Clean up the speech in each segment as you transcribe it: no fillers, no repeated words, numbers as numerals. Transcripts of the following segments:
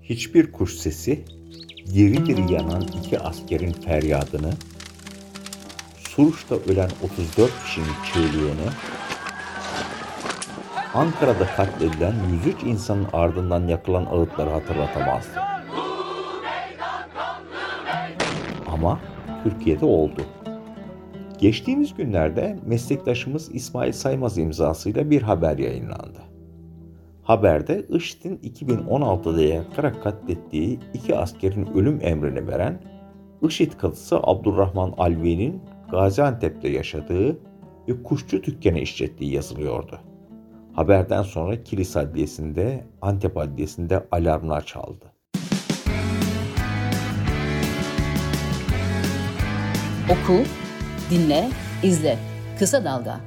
Hiçbir kuş sesi, diri diri yanan iki askerin feryadını, Suruç'ta ölen 34 kişinin çığlığını, Ankara'da katledilen 103 insanın ardından yakılan ağıtları hatırlatamazdı. Ama Türkiye'de oldu. Geçtiğimiz günlerde meslektaşımız İsmail Saymaz imzasıyla bir haber yayınlandı. Haberde IŞİD'in 2016'da yakarak katlettiği iki askerin ölüm emrini veren IŞİD kadısı Abdurrahman Alvi'nin Gaziantep'te yaşadığı ve kuşçu dükkanı işlettiği yazılıyordu. Haberden sonra Kilis Adliyesi'nde, Antep Adliyesi'nde alarmlar çaldı. Oku, dinle, izle. Kısa Dalga.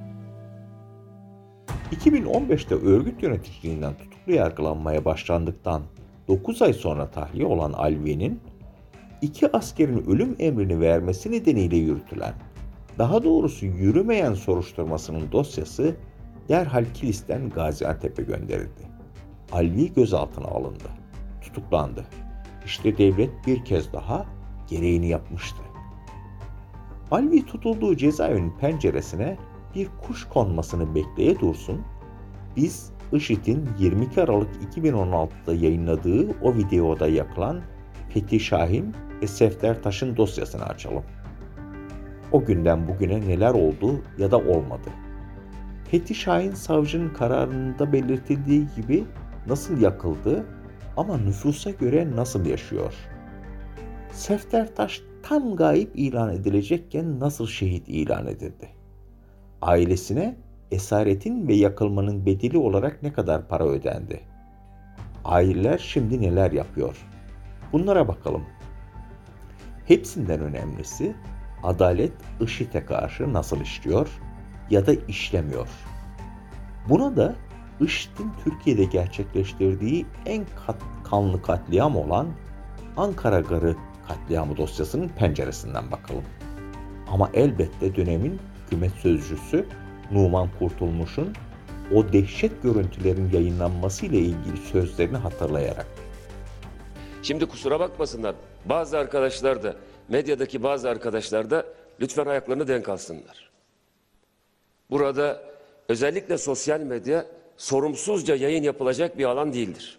2015'te örgüt yöneticiliğinden tutuklu yargılanmaya başlandıktan 9 ay sonra tahliye olan Alvi'nin iki askerin ölüm emrini vermesi nedeniyle yürütülen, daha doğrusu yürümeyen soruşturmasının dosyası derhal Kilis'ten Gaziantep'e gönderildi. Alvi gözaltına alındı, tutuklandı. İşte devlet bir kez daha gereğini yapmıştı. Alvi tutulduğu cezaevinin penceresine bir kuş konmasını bekleye dursun, biz IŞİD'in 22 Aralık 2016'da yayınladığı o videoda yakılan Fethi Şahin ve Sefter Taş'ın dosyasını açalım. O günden bugüne neler oldu ya da olmadı? Fethi Şahin savcının kararında belirtildiği gibi nasıl yakıldı ama nüfusa göre nasıl yaşıyor? Sefter Taş tam gayip ilan edilecekken nasıl şehit ilan edildi? Ailesine esaretin ve yakılmanın bedeli olarak ne kadar para ödendi? Aileler şimdi neler yapıyor? Bunlara bakalım. Hepsinden önemlisi adalet IŞİD'e karşı nasıl işliyor ya da işlemiyor? Buna da IŞİD'in Türkiye'de gerçekleştirdiği en kanlı katliam olan Ankara Garı katliamı dosyasının penceresinden bakalım. Ama elbette dönemin hükümet sözcüsü Numan Kurtulmuş'un o dehşet görüntülerin yayınlanması ile ilgili sözlerini hatırlayarak. Şimdi kusura bakmasınlar, bazı arkadaşlar da, medyadaki bazı arkadaşlar da lütfen ayaklarını denk alsınlar. Burada özellikle sosyal medya sorumsuzca yayın yapılacak bir alan değildir.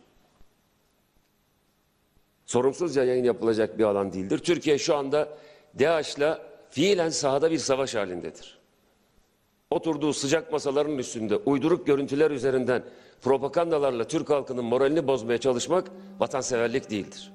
Sorumsuzca yayın yapılacak bir alan değildir. Türkiye şu anda DAEŞ'la fiilen sahada bir savaş halindedir. Oturduğu sıcak masaların üstünde uyduruk görüntüler üzerinden propagandalarla Türk halkının moralini bozmaya çalışmak vatanseverlik değildir.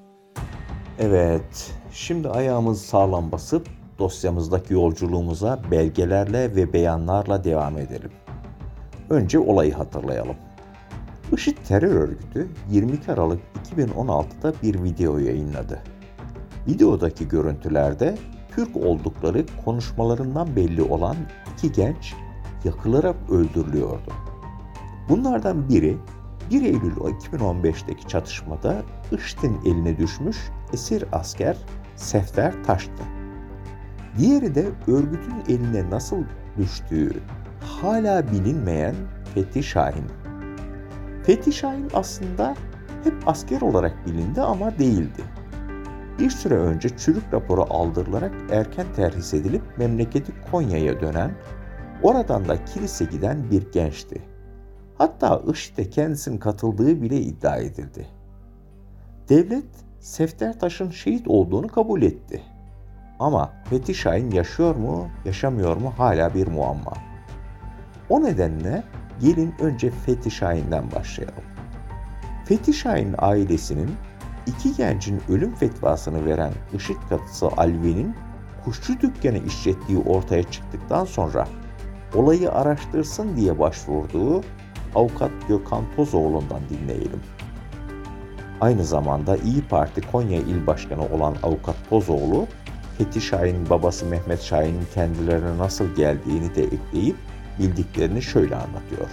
Evet, şimdi ayağımızı sağlam basıp dosyamızdaki yolculuğumuza belgelerle ve beyanlarla devam edelim. Önce olayı hatırlayalım. IŞİD terör örgütü 22 Aralık 2016'da bir video yayınladı. Videodaki görüntülerde Türk oldukları konuşmalarından belli olan iki genç yakılarak öldürülüyordu. Bunlardan biri 1 Eylül 2015'teki çatışmada IŞİD'in eline düşmüş esir asker Sefter Taş'tı. Diğeri de örgütün eline nasıl düştüğü hala bilinmeyen Fethi Şahin. Fethi Şahin aslında hep asker olarak bilindi ama değildi. Bir süre önce çürük raporu aldırılarak erken terhis edilip memleketi Konya'ya dönen, oradan da kilise giden bir gençti. Hatta IŞİD'e kendisinin katıldığı bile iddia edildi. Devlet Sefter Taş'ın şehit olduğunu kabul etti. Ama Fethi Şahin yaşıyor mu, yaşamıyor mu hala bir muamma. O nedenle gelin önce Fethi Şahin'den başlayalım. Fethi Şahin ailesinin iki gencin ölüm fetvasını veren IŞİD kadısı Alvi'nin kuşçu dükkanı işlettiği ortaya çıktıktan sonra olayı araştırsın diye başvurduğu avukat Gökhan Tozoğlu'ndan dinleyelim. Aynı zamanda İyi Parti Konya İl Başkanı olan avukat Tozoğlu, Fethi Şahin'in babası Mehmet Şahin'in kendilerine nasıl geldiğini de ekleyip bildiklerini şöyle anlatıyor.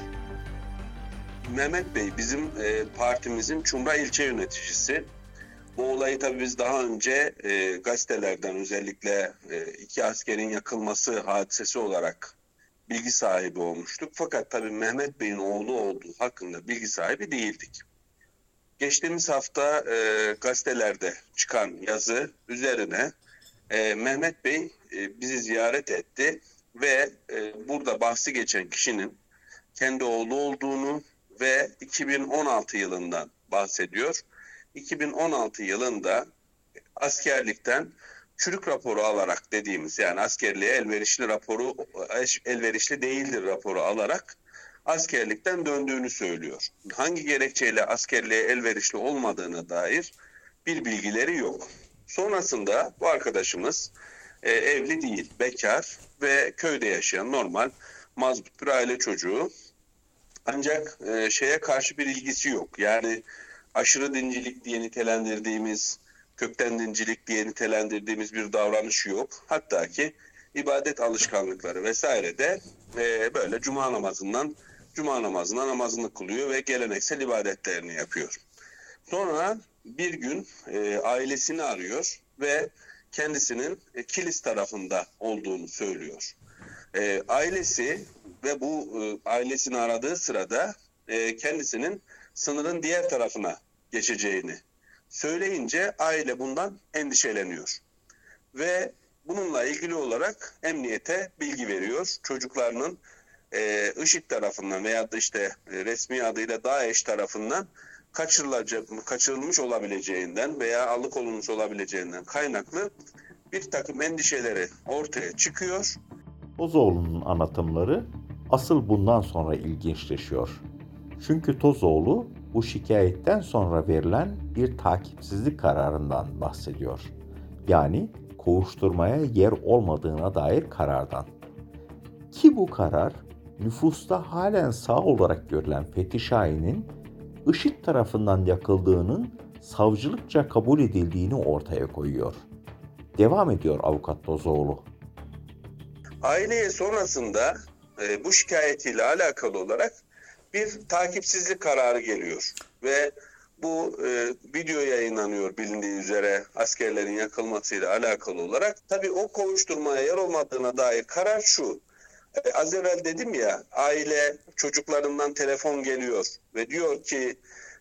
Mehmet Bey bizim partimizin Çumra ilçe yöneticisi. Bu olayı tabii biz daha önce gazetelerden özellikle iki askerin yakılması hadisesi olarak bilgi sahibi olmuştuk. Fakat tabii Mehmet Bey'in oğlu olduğu hakkında bilgi sahibi değildik. geçtiğimiz hafta gazetelerde çıkan yazı üzerine Mehmet Bey bizi ziyaret etti ve burada bahsi geçen kişinin kendi oğlu olduğunu ve 2016 yılından bahsediyor. 2016 yılında askerlikten çürük raporu alarak dediğimiz, yani askerliğe elverişli değildir raporu alarak askerlikten döndüğünü söylüyor. Hangi gerekçeyle askerliğe elverişli olmadığına dair bir bilgileri yok. Sonrasında bu arkadaşımız evli değil, bekar ve köyde yaşayan normal mazbut bir aile çocuğu. Ancak şeye karşı bir ilgisi yok. Yani aşırı dincilik diye nitelendirdiğimiz, kökten dincilik diye nitelendirdiğimiz bir davranışı yok. Hatta ki ibadet alışkanlıkları vesaire de böyle cuma namazına namazını kılıyor ve geleneksel ibadetlerini yapıyor. Sonra bir gün ailesini arıyor ve kendisinin Kilis tarafında olduğunu söylüyor. Ailesi ve bu ailesini aradığı sırada kendisinin sınırın diğer tarafına geçeceğini söyleyince aile bundan endişeleniyor. Ve bununla ilgili olarak emniyete bilgi veriyor. Çocuklarının IŞİD tarafından veya da işte resmi adıyla DAEŞ tarafından kaçırılmış olabileceğinden veya alıkonulmuş olabileceğinden kaynaklı bir takım endişeleri ortaya çıkıyor. Tozoğlu'nun anlatımları asıl bundan sonra ilginçleşiyor. Çünkü Tozoğlu bu şikayetten sonra verilen bir takipsizlik kararından bahsediyor. Yani kovuşturmaya yer olmadığına dair karardan. Ki bu karar nüfusta halen sağ olarak görülen Fethi Şahin'in IŞİD tarafından yakıldığının savcılıkça kabul edildiğini ortaya koyuyor. Devam ediyor avukat Tozoğlu. Aileye sonrasında bu şikayetiyle alakalı olarak bir takipsizlik kararı geliyor ve bu video yayınlanıyor bilindiği üzere askerlerin yakılmasıyla alakalı olarak. Tabii o kovuşturmaya yer olmadığına dair karar şu. Az evvel dedim ya, aile çocuklarından telefon geliyor ve diyor ki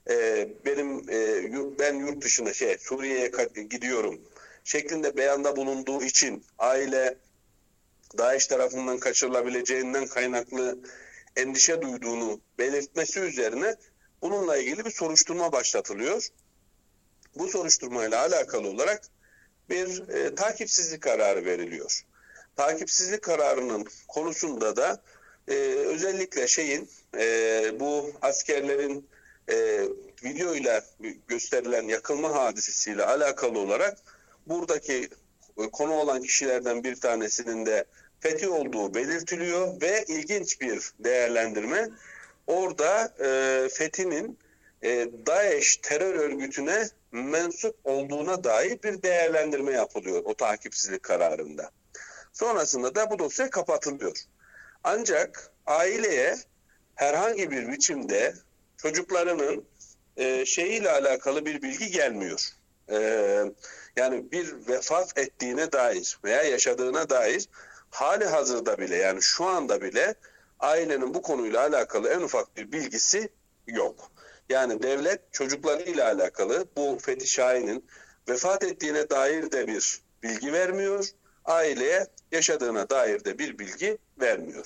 ben yurt dışına Suriye'ye gidiyorum şeklinde beyanda bulunduğu için aile DAEŞ tarafından kaçırılabileceğinden kaynaklı endişe duyduğunu belirtmesi üzerine bununla ilgili bir soruşturma başlatılıyor. Bu soruşturmayla alakalı olarak bir takipsizlik kararı veriliyor. Takipsizlik kararının konusunda da özellikle bu askerlerin videoyla gösterilen yakılma hadisesiyle alakalı olarak buradaki konu olan kişilerden bir tanesinin de Fethi olduğu belirtiliyor ve ilginç bir değerlendirme. Orada Fethi'nin DAEŞ terör örgütüne mensup olduğuna dair bir değerlendirme yapılıyor o takipsizlik kararında. Sonrasında da bu dosya kapatılıyor. Ancak aileye herhangi bir biçimde çocuklarının şeyiyle alakalı bir bilgi gelmiyor. Yani bir vefat ettiğine dair veya yaşadığına dair hali hazırda bile, yani şu anda bile ailenin bu konuyla alakalı en ufak bir bilgisi yok. Yani devlet çocuklarıyla alakalı bu Fethi Şahin'in vefat ettiğine dair de bir bilgi vermiyor. Aileye yaşadığına dair de bir bilgi vermiyor.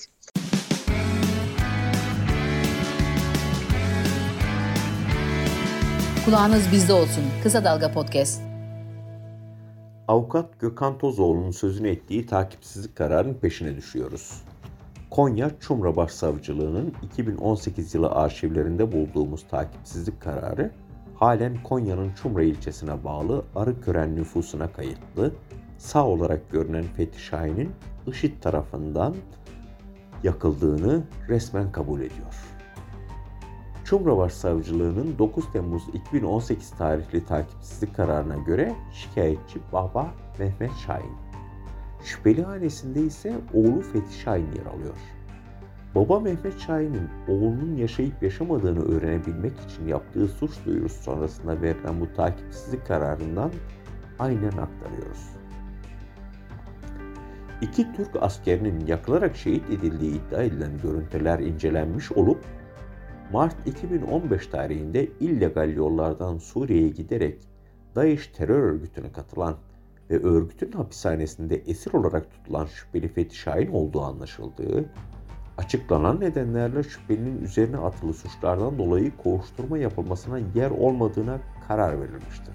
Kulağınız bizde olsun. Kısa Dalga Podcast. Avukat Gökhan Tozoğlu'nun sözünü ettiği takipsizlik kararının peşine düşüyoruz. Konya Çumra Başsavcılığı'nın 2018 yılı arşivlerinde bulduğumuz takipsizlik kararı halen Konya'nın Çumra ilçesine bağlı Arıkören nüfusuna kayıtlı, sağ olarak görünen Fethi Şahin'in IŞİD tarafından yakıldığını resmen kabul ediyor. Çumra Başsavcılığı'nın 9 Temmuz 2018 tarihli takipsizlik kararına göre şikayetçi baba Mehmet Şahin. Şüpheli hanesinde ise oğlu Fethi Şahin yer alıyor. Baba Mehmet Şahin'in oğlunun yaşayıp yaşamadığını öğrenebilmek için yaptığı suç duyurusu sonrasında verilen bu takipsizlik kararından aynen aktarıyoruz. İki Türk askerinin yakılarak şehit edildiği iddia edilen görüntüler incelenmiş olup Mart 2015 tarihinde illegal yollardan Suriye'ye giderek DAEŞ terör örgütüne katılan ve örgütün hapishanesinde esir olarak tutulan şüpheli Fethi Şahin olduğu anlaşıldığı, açıklanan nedenlerle şüphelinin üzerine atılı suçlardan dolayı kovuşturma yapılmasına yer olmadığına karar verilmiştir.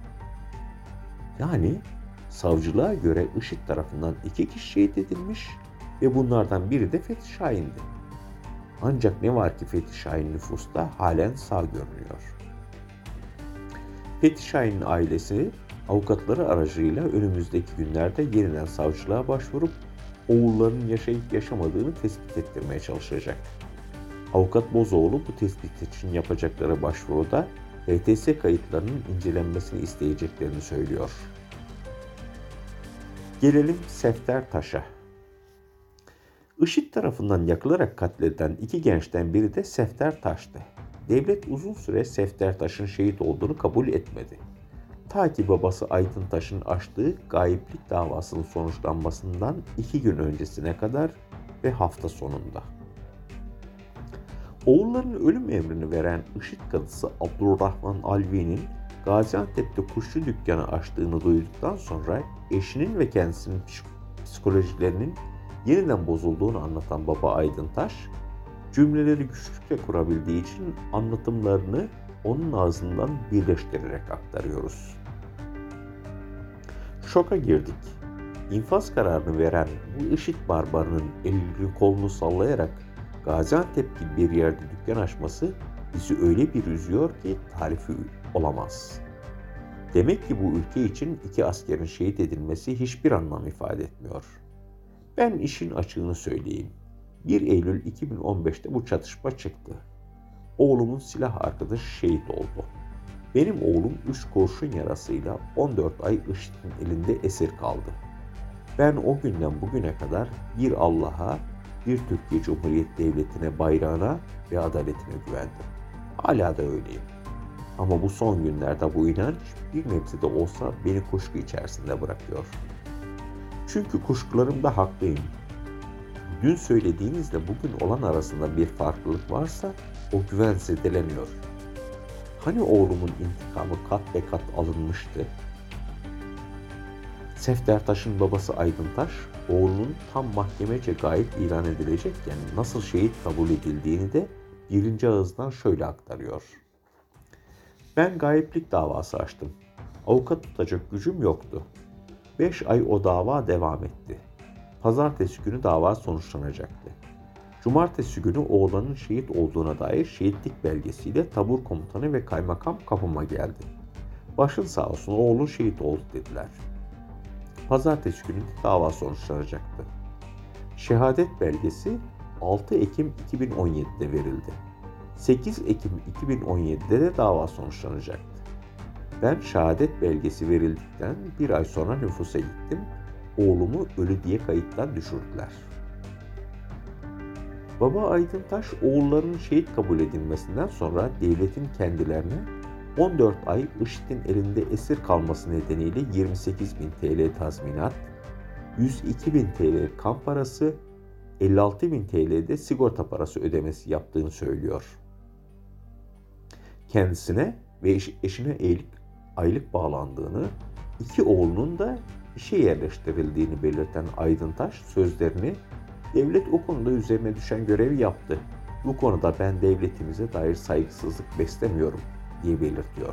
Yani savcılığa göre IŞİD tarafından 2 kişi şehit edilmiş ve bunlardan biri de Fethi Şahin'di. Ancak ne var ki Fethi Şahin nüfusta halen sağ görünüyor. Fethi Şahin'in ailesi avukatları aracılığıyla önümüzdeki günlerde yeniden savcılığa başvurup oğullarının yaşayıp yaşamadığını tespit ettirmeye çalışacak. Avukat Bozoğlu bu tespit için yapacakları başvuruda HTS kayıtlarının incelenmesini isteyeceklerini söylüyor. Gelelim Sefter Taş'a. IŞİD tarafından yakılarak katledilen 2 gençten biri de Sefter Taş'tı. Devlet uzun süre Sefter Taş'ın şehit olduğunu kabul etmedi. Ta ki babası Aydın Taş'ın açtığı gayiplik davasının sonuçlanmasından 2 gün öncesine kadar ve hafta sonunda. Oğullarının ölüm emrini veren IŞİD kadısı Abdurrahman Alvi'nin Gaziantep'te kuşçu dükkanı açtığını duyduktan sonra eşinin ve kendisinin psikolojilerinin yeniden bozulduğunu anlatan baba Aydın Taş, cümleleri güçlükle kurabildiği için anlatımlarını onun ağzından birleştirerek aktarıyoruz. Şoka girdik. İnfaz kararını veren bu IŞİD barbarının elini kolunu sallayarak Gaziantep gibi bir yerde dükkan açması bizi öyle bir üzüyor ki tarifi olamaz. Demek ki bu ülke için 2 askerin şehit edilmesi hiçbir anlam ifade etmiyor. Ben işin açığını söyleyeyim. 1 Eylül 2015'te bu çatışma çıktı. Oğlumun silah arkadaşı şehit oldu. Benim oğlum 3 kurşun yarasıyla 14 ay IŞİD'in elinde esir kaldı. Ben o günden bugüne kadar bir Allah'a, bir Türkiye Cumhuriyeti Devleti'ne, bayrağına ve adaletine güvendim. Hala da öyleyim. Ama bu son günlerde bu inanç bir nebze de olsa beni kuşku içerisinde bırakıyor. Çünkü kuşkularımda haklıyım. Dün söylediğinizle bugün olan arasında bir farklılık varsa o güven zedeleniyor. Hani oğlumun intikamı kat be kat alınmıştı? Sefter Taş'ın babası Aydın Taş, oğlunun tam mahkemece gayip ilan edilecekken nasıl şehit kabul edildiğini de birinci ağızdan şöyle aktarıyor. Ben gayiplik davası açtım. Avukat tutacak gücüm yoktu. 5 ay o dava devam etti. Pazartesi günü dava sonuçlanacaktı. Cumartesi günü oğlanın şehit olduğuna dair şehitlik belgesiyle tabur komutanı ve kaymakam kapıma geldi. Başın sağ olsun, oğlun şehit oldu dediler. Pazartesi günü dava sonuçlanacaktı. Şehadet belgesi 6 Ekim 2017'de verildi. 8 Ekim 2017'de de dava sonuçlanacaktı. Ben şehadet belgesi verildikten 1 ay sonra nüfusa gittim. Oğlumu ölü diye kayıttan düşürdüler. Baba Aydın Taş, oğullarının şehit kabul edilmesinden sonra devletin kendilerine 14 ay IŞİD'in elinde esir kalması nedeniyle 28.000 TL tazminat, 102.000 TL kamp parası, 56.000 TL'de sigorta parası ödemesi yaptığını söylüyor. Kendisine ve eşine aylık bağlandığını, 2 oğlunun da işe yerleştirildiğini belirten Aydın Taş sözlerini devlet o konuda üzerine düşen görevi yaptı. Bu konuda ben devletimize dair saygısızlık beslemiyorum diye belirtiyor.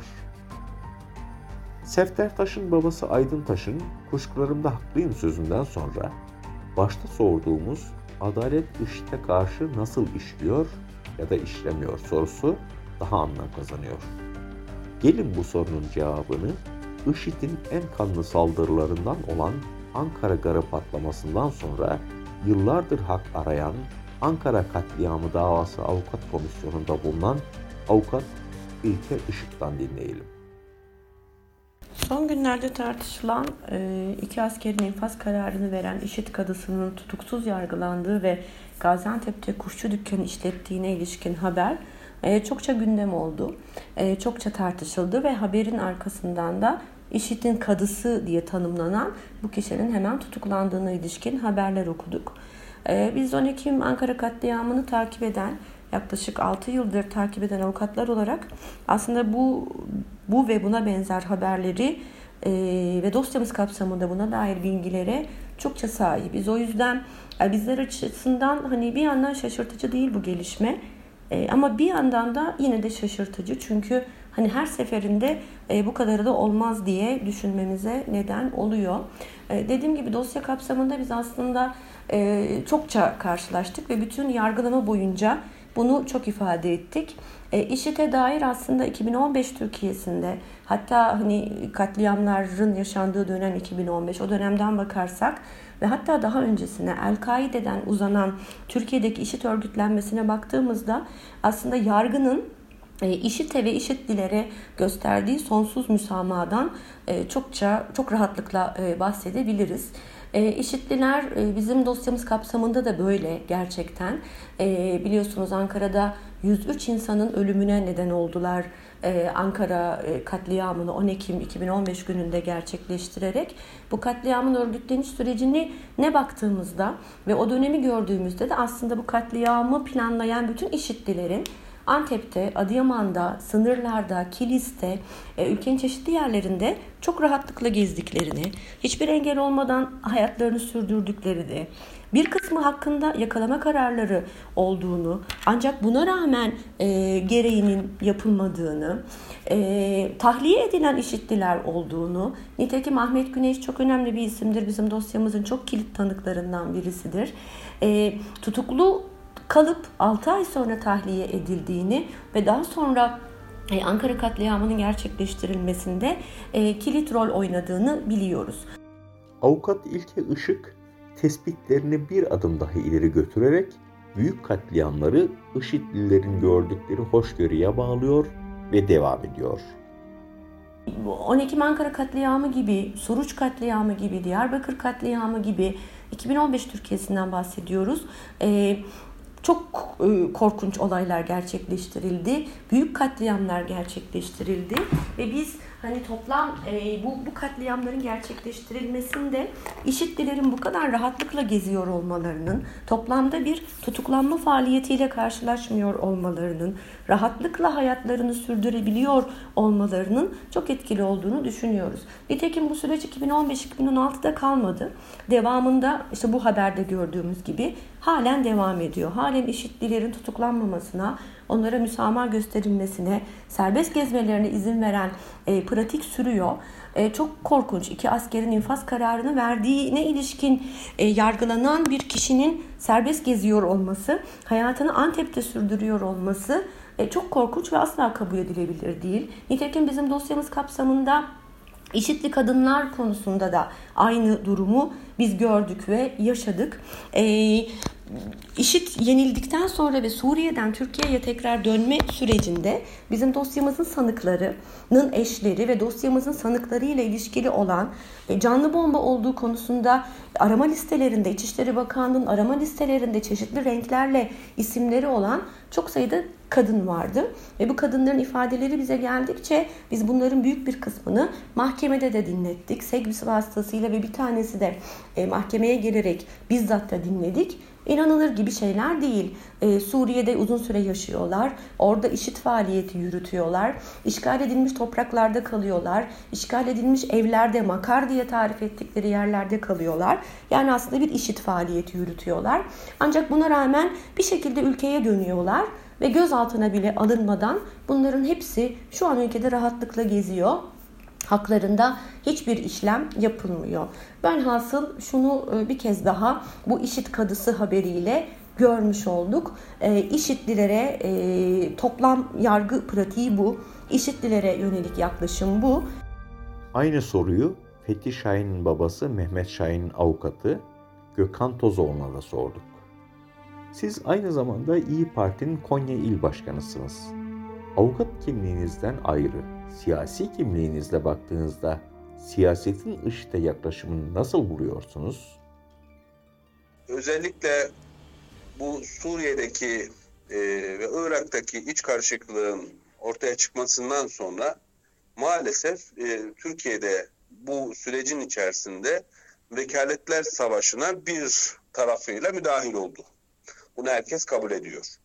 Sefter Taş'ın babası Aydın Taş'ın kuşkularımda haklıyım sözünden sonra başta sorduğumuz adalet IŞİD'e karşı nasıl işliyor ya da işlemiyor sorusu daha anlam kazanıyor. Gelin bu sorunun cevabını IŞİD'in en kanlı saldırılarından olan Ankara Garı patlamasından sonra yıllardır hak arayan Ankara katliamı davası avukat komisyonunda bulunan avukat İlker Işık'tan dinleyelim. Son günlerde tartışılan 2 askerin infaz kararını veren IŞİD kadısının tutuksuz yargılandığı ve Gaziantep'te kuşçu dükkanı işlettiğine ilişkin haber çokça gündem oldu. Çokça tartışıldı ve haberin arkasından da IŞİD'in kadısı diye tanımlanan bu kişinin hemen tutuklandığına ilişkin haberler okuduk. Biz 12 Ekim Ankara katliamını takip eden yaklaşık 6 yıldır takip eden avukatlar olarak aslında bu ve buna benzer haberleri ve dosyamız kapsamında buna dair bilgilere çokça sahibiz. O yüzden bizler açısından hani bir yandan şaşırtıcı değil bu gelişme. Ama bir yandan da yine de şaşırtıcı. Çünkü hani her seferinde bu kadarı da olmaz diye düşünmemize neden oluyor. Dediğim gibi dosya kapsamında biz aslında çokça karşılaştık ve bütün yargılama boyunca bunu çok ifade ettik. IŞİD'e dair aslında 2015 Türkiye'sinde, hatta hani katliamların yaşandığı dönem 2015, o dönemden bakarsak ve hatta daha öncesine El-Kaide'den uzanan Türkiye'deki IŞİD örgütlenmesine baktığımızda aslında yargının IŞİD'e ve IŞİD'lilere gösterdiği sonsuz müsamahadan çok rahatlıkla bahsedebiliriz. IŞİD'liler bizim dosyamız kapsamında da böyle gerçekten. Biliyorsunuz Ankara'da 103 insanın ölümüne neden oldular. Ankara katliamını 10 Ekim 2015 gününde gerçekleştirerek bu katliamın örgütleniş sürecine baktığımızda ve o dönemi gördüğümüzde de aslında bu katliamı planlayan bütün IŞİD'lilerin Antep'te, Adıyaman'da, sınırlarda, Kilis'te, ülkenin çeşitli yerlerinde çok rahatlıkla gezdiklerini, hiçbir engel olmadan hayatlarını sürdürdüklerini, bir kısmı hakkında yakalama kararları olduğunu, ancak buna rağmen gereğinin yapılmadığını, tahliye edilen IŞİD'liler olduğunu, nitekim Ahmet Güneş çok önemli bir isimdir, bizim dosyamızın çok kilit tanıklarından birisidir. Tutuklu kalıp 6 ay sonra tahliye edildiğini ve daha sonra Ankara katliamının gerçekleştirilmesinde kilit rol oynadığını biliyoruz. Avukat İlke Işık tespitlerini bir adım daha ileri götürerek büyük katliamları IŞİD'lilerin gördükleri hoşgörüye bağlıyor ve devam ediyor. 10 Ekim Ankara katliamı gibi, Suruç katliamı gibi, Diyarbakır katliamı gibi 2015 Türkiye'sinden bahsediyoruz. Çok korkunç olaylar gerçekleştirildi. Büyük katliamlar gerçekleştirildi. Ve biz hani toplam bu katliamların gerçekleştirilmesinde IŞİD'lilerin bu kadar rahatlıkla geziyor olmalarının, toplamda bir tutuklanma faaliyetiyle karşılaşmıyor olmalarının, rahatlıkla hayatlarını sürdürebiliyor olmalarının çok etkili olduğunu düşünüyoruz. Nitekim bu süreç 2015-2016'da kalmadı. Devamında işte bu haberde gördüğümüz gibi halen devam ediyor. Halen IŞİD'lilerin tutuklanmamasına, onlara müsamaha gösterilmesine, serbest gezmelerine izin veren pratik sürüyor. Çok korkunç. 2 askerin infaz kararını verdiğine ilişkin yargılanan bir kişinin serbest geziyor olması, hayatını Antep'te sürdürüyor olması çok korkunç ve asla kabul edilebilir değil. Nitekim bizim dosyamız kapsamında IŞİD'li kadınlar konusunda da aynı durumu biz gördük ve yaşadık. IŞİD yenildikten sonra ve Suriye'den Türkiye'ye tekrar dönme sürecinde bizim dosyamızın sanıklarının eşleri ve dosyamızın sanıkları ile ilişkili olan canlı bomba olduğu konusunda arama listelerinde, İçişleri Bakanlığı'nın arama listelerinde çeşitli renklerle isimleri olan çok sayıda kadın vardı. Ve bu kadınların ifadeleri bize geldikçe biz bunların büyük bir kısmını mahkemede de dinlettik. SEGBİS vasıtasıyla ve bir tanesi de mahkemeye gelerek bizzat da dinledik. İnanılır gibi şeyler değil. Suriye'de uzun süre yaşıyorlar. Orada IŞİD faaliyeti yürütüyorlar. İşgal edilmiş topraklarda kalıyorlar. İşgal edilmiş evlerde, makar diye tarif ettikleri yerlerde kalıyorlar. Yani aslında bir IŞİD faaliyeti yürütüyorlar. Ancak buna rağmen bir şekilde ülkeye dönüyorlar ve gözaltına bile alınmadan bunların hepsi şu an ülkede rahatlıkla geziyor. Haklarında hiçbir işlem yapılmıyor. Ben hasıl şunu bir kez daha bu IŞİD kadısı haberiyle görmüş olduk. IŞİD'lilere toplam yargı pratiği bu. IŞİD'lilere yönelik yaklaşım bu. Aynı soruyu Fethi Şahin'in babası Mehmet Şahin'in avukatı Gökhan Tozoğlu'na da sorduk. Siz aynı zamanda İYİ Parti'nin Konya İl Başkanısınız. Avukat kimliğinizden ayrı, siyasi kimliğinizle baktığınızda siyasetin IŞİD'e yaklaşımını nasıl buluyorsunuz? Özellikle bu Suriye'deki ve Irak'taki iç karışıklığın ortaya çıkmasından sonra maalesef Türkiye'de bu sürecin içerisinde vekaletler savaşına bir tarafıyla müdahil oldu. Bunu herkes kabul ediyor.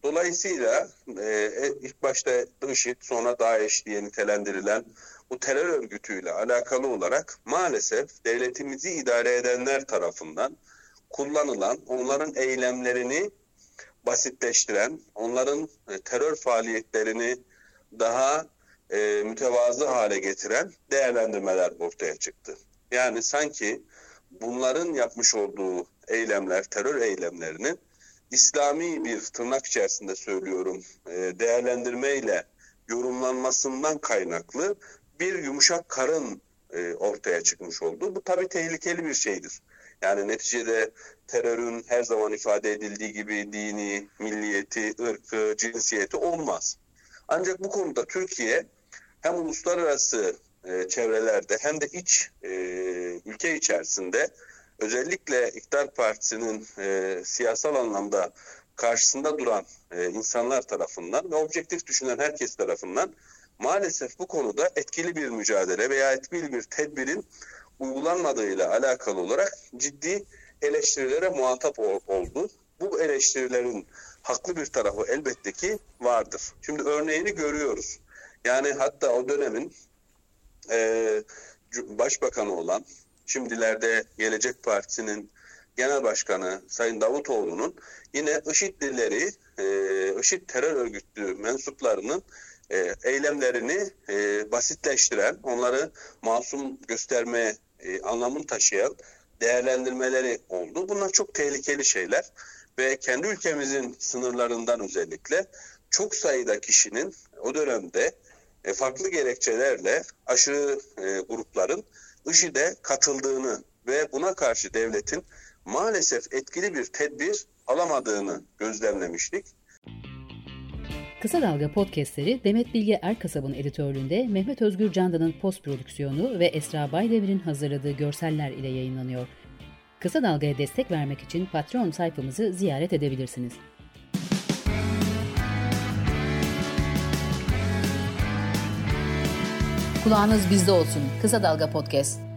Dolayısıyla ilk başta IŞİD, sonra DAEŞ diye nitelendirilen bu terör örgütüyle alakalı olarak maalesef devletimizi idare edenler tarafından kullanılan, onların eylemlerini basitleştiren, onların terör faaliyetlerini daha mütevazı hale getiren değerlendirmeler ortaya çıktı. Yani sanki bunların yapmış olduğu eylemler, terör eylemlerinin İslami bir, tırnak içerisinde söylüyorum, değerlendirmeyle yorumlanmasından kaynaklı bir yumuşak karın ortaya çıkmış oldu. Bu tabii tehlikeli bir şeydir. Yani neticede terörün her zaman ifade edildiği gibi dini, milliyeti, ırkı, cinsiyeti olmaz. Ancak bu konuda Türkiye hem uluslararası çevrelerde hem de ülke içerisinde özellikle İktidar Partisi'nin siyasal anlamda karşısında duran insanlar tarafından ve objektif düşünen herkes tarafından maalesef bu konuda etkili bir mücadele veya etkili bir tedbirin uygulanmadığıyla alakalı olarak ciddi eleştirilere muhatap oldu. Bu eleştirilerin haklı bir tarafı elbette ki vardır. Şimdi örneğini görüyoruz. Yani hatta o dönemin başbakanı olan, şimdilerde Gelecek Partisi'nin genel başkanı Sayın Davutoğlu'nun yine IŞİD'lileri, IŞİD terör örgütü mensuplarının eylemlerini basitleştiren, onları masum gösterme anlamını taşıyan değerlendirmeleri oldu. Bunlar çok tehlikeli şeyler ve kendi ülkemizin sınırlarından özellikle çok sayıda kişinin o dönemde farklı gerekçelerle aşırı grupların IŞİD'e katıldığını ve buna karşı devletin maalesef etkili bir tedbir alamadığını gözlemlemiştik. Kısa Dalga podcastleri Demet Bilge Erkasab'ın editörlüğünde Mehmet Özgür Candan'ın post prodüksiyonu ve Esra Baydemir'in hazırladığı görseller ile yayınlanıyor. Kısa Dalga'ya destek vermek için Patreon sayfamızı ziyaret edebilirsiniz. Kulağınız bizde olsun. Kısa Dalga Podcast.